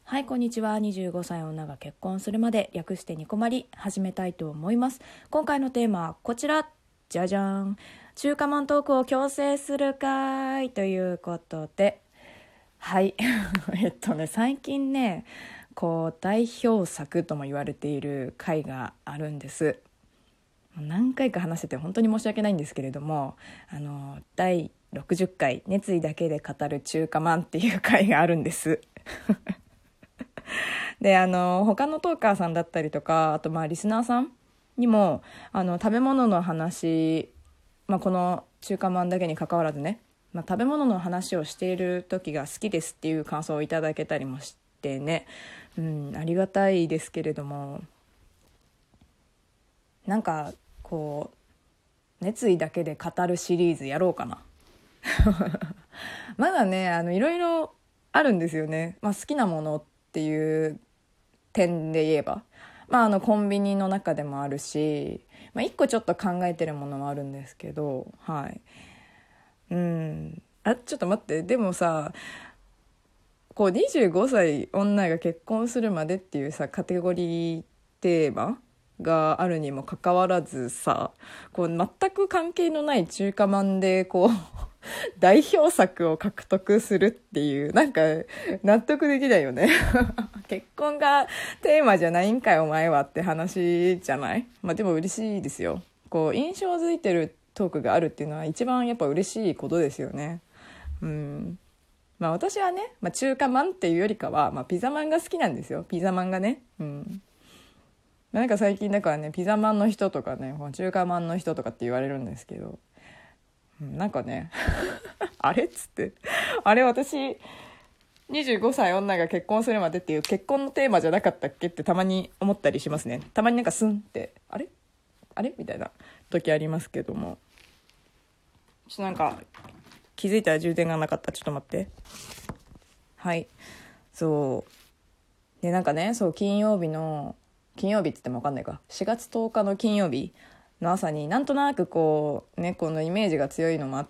はい、こんにちは。25歳女が結婚するまで、略してニコマリ、始めたいと思います。今回のテーマはこちら。じゃじゃーん。中華マントークを強制するかいということで、はい最近ね、代表作とも言われている回があるんです。何回か話してて本当に申し訳ないんですけれども、第60回熱意だけで語る中華マンっていう回があるんですで、他のトーカーさんだったりとか、あとリスナーさんにも食べ物の話、この中華まんだけに関わらずね、食べ物の話をしている時が好きですっていう感想をいただけたりもしてね、ありがたいですけれども、熱意だけで語るシリーズやろうかなまだねいろいろあるんですよね、好きなものっていう点で言えば、コンビニの中でもあるし、一個ちょっと考えてるものもあるんですけど、ちょっと待って、でもさ、25歳女が結婚するまでっていうさカテゴリーテーマがあるにもかかわらずさ、全く関係のない中華まんで代表作を獲得するっていう、納得できないよね結婚がテーマじゃないんかいお前はって話じゃない？でも嬉しいですよ。印象づいてるトークがあるっていうのは一番やっぱ嬉しいことですよね。私はね、中華まんっていうよりかは、ピザまんが好きなんですよ。ピザまんがね。最近だからね、ピザまんの人とかね、中華まんの人とかって言われるんですけど、あれっつって、あれ私25歳女が結婚するまでっていう結婚のテーマじゃなかったっけってたまに思ったりしますね。たまにスンってあれみたいな時ありますけども、ちょっと気づいたら充電がなかった。ちょっと待って。そうで、そう金曜日って言っても分かんないか、4月10日の金曜日の朝になんとなくこのイメージが強いのもあって、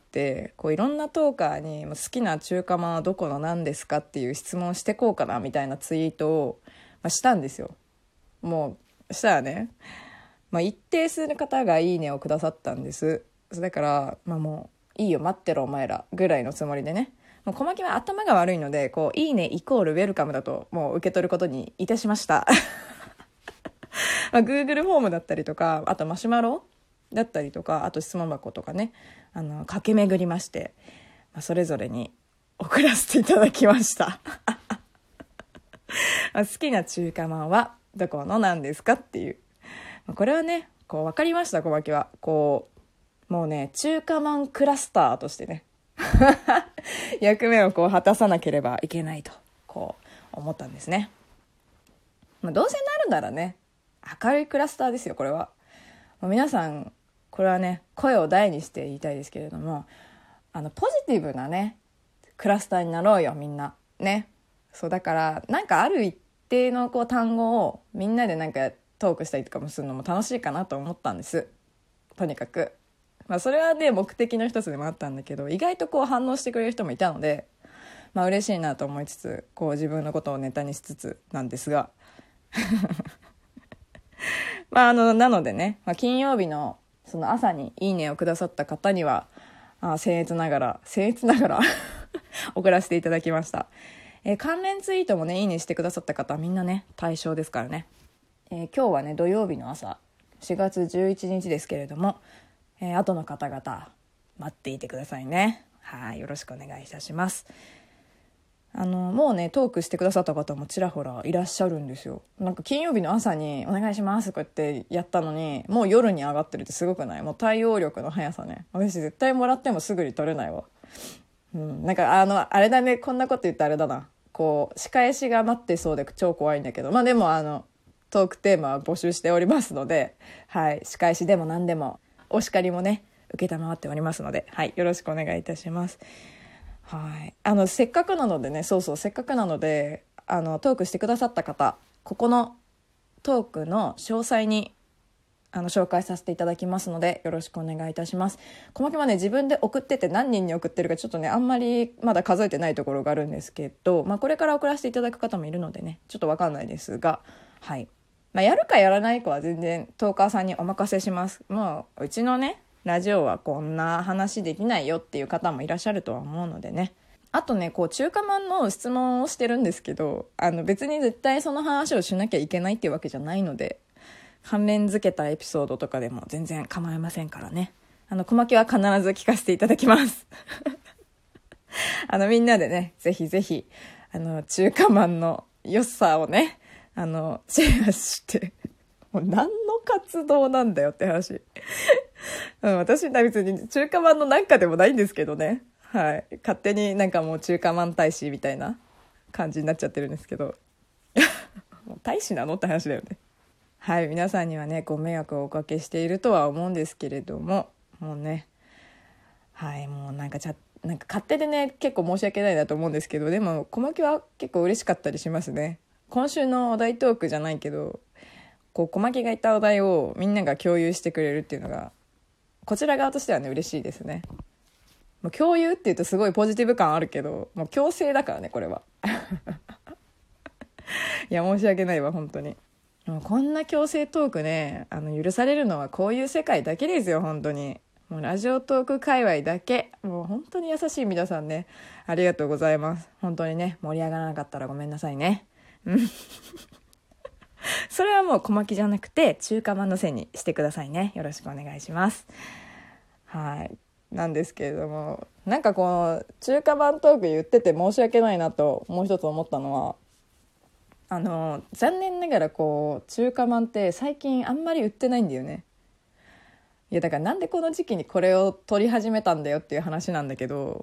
いろんなトーカーに好きな中華まんはどこの何ですかっていう質問してこうかなみたいなツイートを、したんですよ。もうしたらね、一定数の方がいいねをくださったんです。だからもういいよ待ってろお前らぐらいのつもりでね、もう小牧は頭が悪いので、いいねイコールウェルカムだともう受け取ることにいたしましたGoogle フォームだったりとか、あとマシュマロだったりとか、あと質問箱とかね、駆け巡りまして、それぞれに送らせていただきました好きな中華まんはどこのなんですかっていう、これはね分かりました。小牧はもうね、中華まんクラスターとしてね役目を果たさなければいけないと思ったんですね。どうせなるならね、明るいクラスターですよ。これはもう皆さん、これはね声を大にして言いたいですけれども、ポジティブなねクラスターになろうよみんなね。そうだからある一定の単語をみんなでトークしたりとかもするのも楽しいかなと思ったんです。とにかくそれはね目的の一つでもあったんだけど、意外と反応してくれる人もいたので、嬉しいなと思いつつ、自分のことをネタにしつつなんですがなのでね、金曜日のその朝にいいねをくださった方には僭越ながら送らせていただきました。関連ツイートもねいいねしてくださった方はみんなね対象ですからね。今日はね土曜日の朝4月11日ですけれども、後の方々待っていてくださいね。よろしくお願いいたします。もうねトークしてくださった方もちらほらいらっしゃるんですよ。金曜日の朝にお願いしますとかってやったのに、もう夜に上がってるってすごくない？もう対応力の速さね。私絶対もらってもすぐに取れないわ。あれだね、こんなこと言ってあれだな、仕返しが待ってそうで超怖いんだけど、でもトークテーマは募集しておりますので、仕返しでも何でもお叱りもね承っておりますので、よろしくお願いいたします。せっかくなのでね、せっかくなのでトークしてくださった方、ここのトークの詳細に紹介させていただきますのでよろしくお願いいたします。小牧はね自分で送ってて何人に送ってるかちょっとねあんまりまだ数えてないところがあるんですけど、これから送らせていただく方もいるのでねちょっと分かんないですが、はい、やるかやらないかは全然トーカーさんにお任せします。もううちのねラジオはこんな話できないよっていう方もいらっしゃるとは思うのでね。あとね中華まんの質問をしてるんですけど、別に絶対その話をしなきゃいけないっていうわけじゃないので、関連づけたエピソードとかでも全然構いませんからね。小牧は必ず聞かせていただきますみんなでねぜひぜひ中華まんの良さをねシェアしてもう何の活動なんだよって話私は別に中華まんのなんかでもないんですけどね、はい、勝手になんかもう中華まん大使みたいな感じになっちゃってるんですけどもう大使なのって話だよね。はい、皆さんにはねご迷惑をおかけしているとは思うんですけれども、もうね、はい、もうなんか勝手でね結構申し訳ないなと思うんですけど、でも小牧は結構嬉しかったりしますね。今週のお題トークじゃないけど小牧が言ったお題をみんなが共有してくれるっていうのがこちら側としてはね嬉しいですね。もう共有って言うとすごいポジティブ感あるけど、もう強制だからねこれはいや申し訳ないわ本当に。もうこんな強制トークね許されるのはこういう世界だけですよ本当に。もうラジオトーク界隈だけ、もう本当に優しい皆さんねありがとうございます。本当にね盛り上がらなかったらごめんなさいねそれはもう小牧じゃなくて中華まんのせいにしてくださいね。よろしくお願いします。はいなんですけれども、なんかこの中華まんトーク言ってて申し訳ないなともう一つ思ったのは、残念ながら中華まんって最近あんまり売ってないんだよね。いやだからなんでこの時期にこれを取り始めたんだよっていう話なんだけど、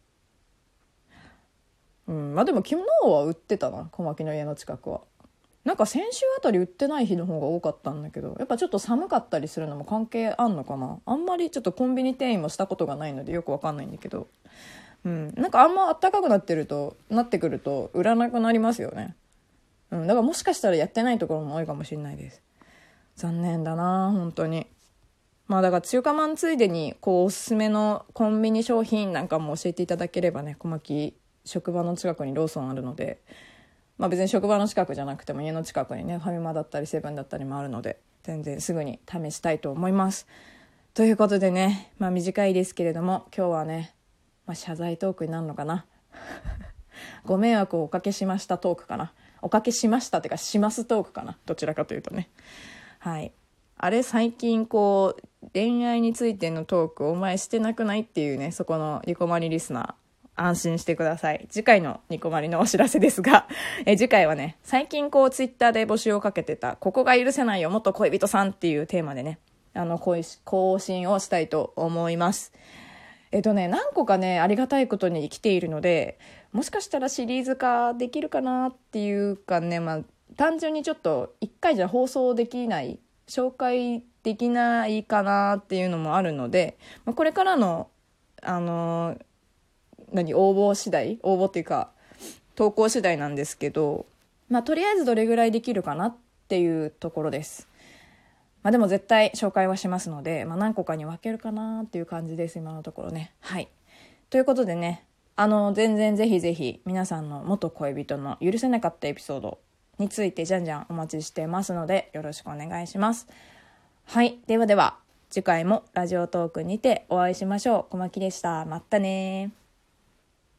でも昨日は売ってたな、小牧の家の近くは。なんか先週あたり売ってない日の方が多かったんだけど、やっぱちょっと寒かったりするのも関係あんのかな。あんまりちょっとコンビニ店員もしたことがないのでよくわかんないんだけど、なんかあんま暖かくなってくると売らなくなりますよね。だからもしかしたらやってないところも多いかもしれないです。残念だな本当に。だから中華まんついでにおすすめのコンビニ商品なんかも教えていただければね、小牧職場の近くにローソンあるので、別に職場の近くじゃなくても家の近くにねファミマだったりセブンだったりもあるので全然すぐに試したいと思います。ということでね、短いですけれども今日はね、謝罪トークになるのかなご迷惑をおかけしましたトークかな、おかけしましたってかしますトークかな、どちらかというとね。はい、あれ最近恋愛についてのトークお前してなくないっていうね、そこのニコマリリスナー安心してください。次回のニコマリのお知らせですが次回はね最近ツイッターで募集をかけてたここが許せないよ元恋人さんっていうテーマでね更新をしたいと思います。何個かねありがたいことに来ているので、もしかしたらシリーズ化できるかなっていうかね、単純にちょっと1回じゃ放送できない紹介できないかなっていうのもあるので、これからの応募っていうか投稿次第なんですけど、とりあえずどれぐらいできるかなっていうところです。でも絶対紹介はしますので、何個かに分けるかなっていう感じです今のところね。はい、ということでね、全然ぜひぜひ皆さんの元恋人の許せなかったエピソードについてじゃんじゃんお待ちしてますのでよろしくお願いします。はい、ではでは次回もラジオトークにてお会いしましょう。小牧でした。またね。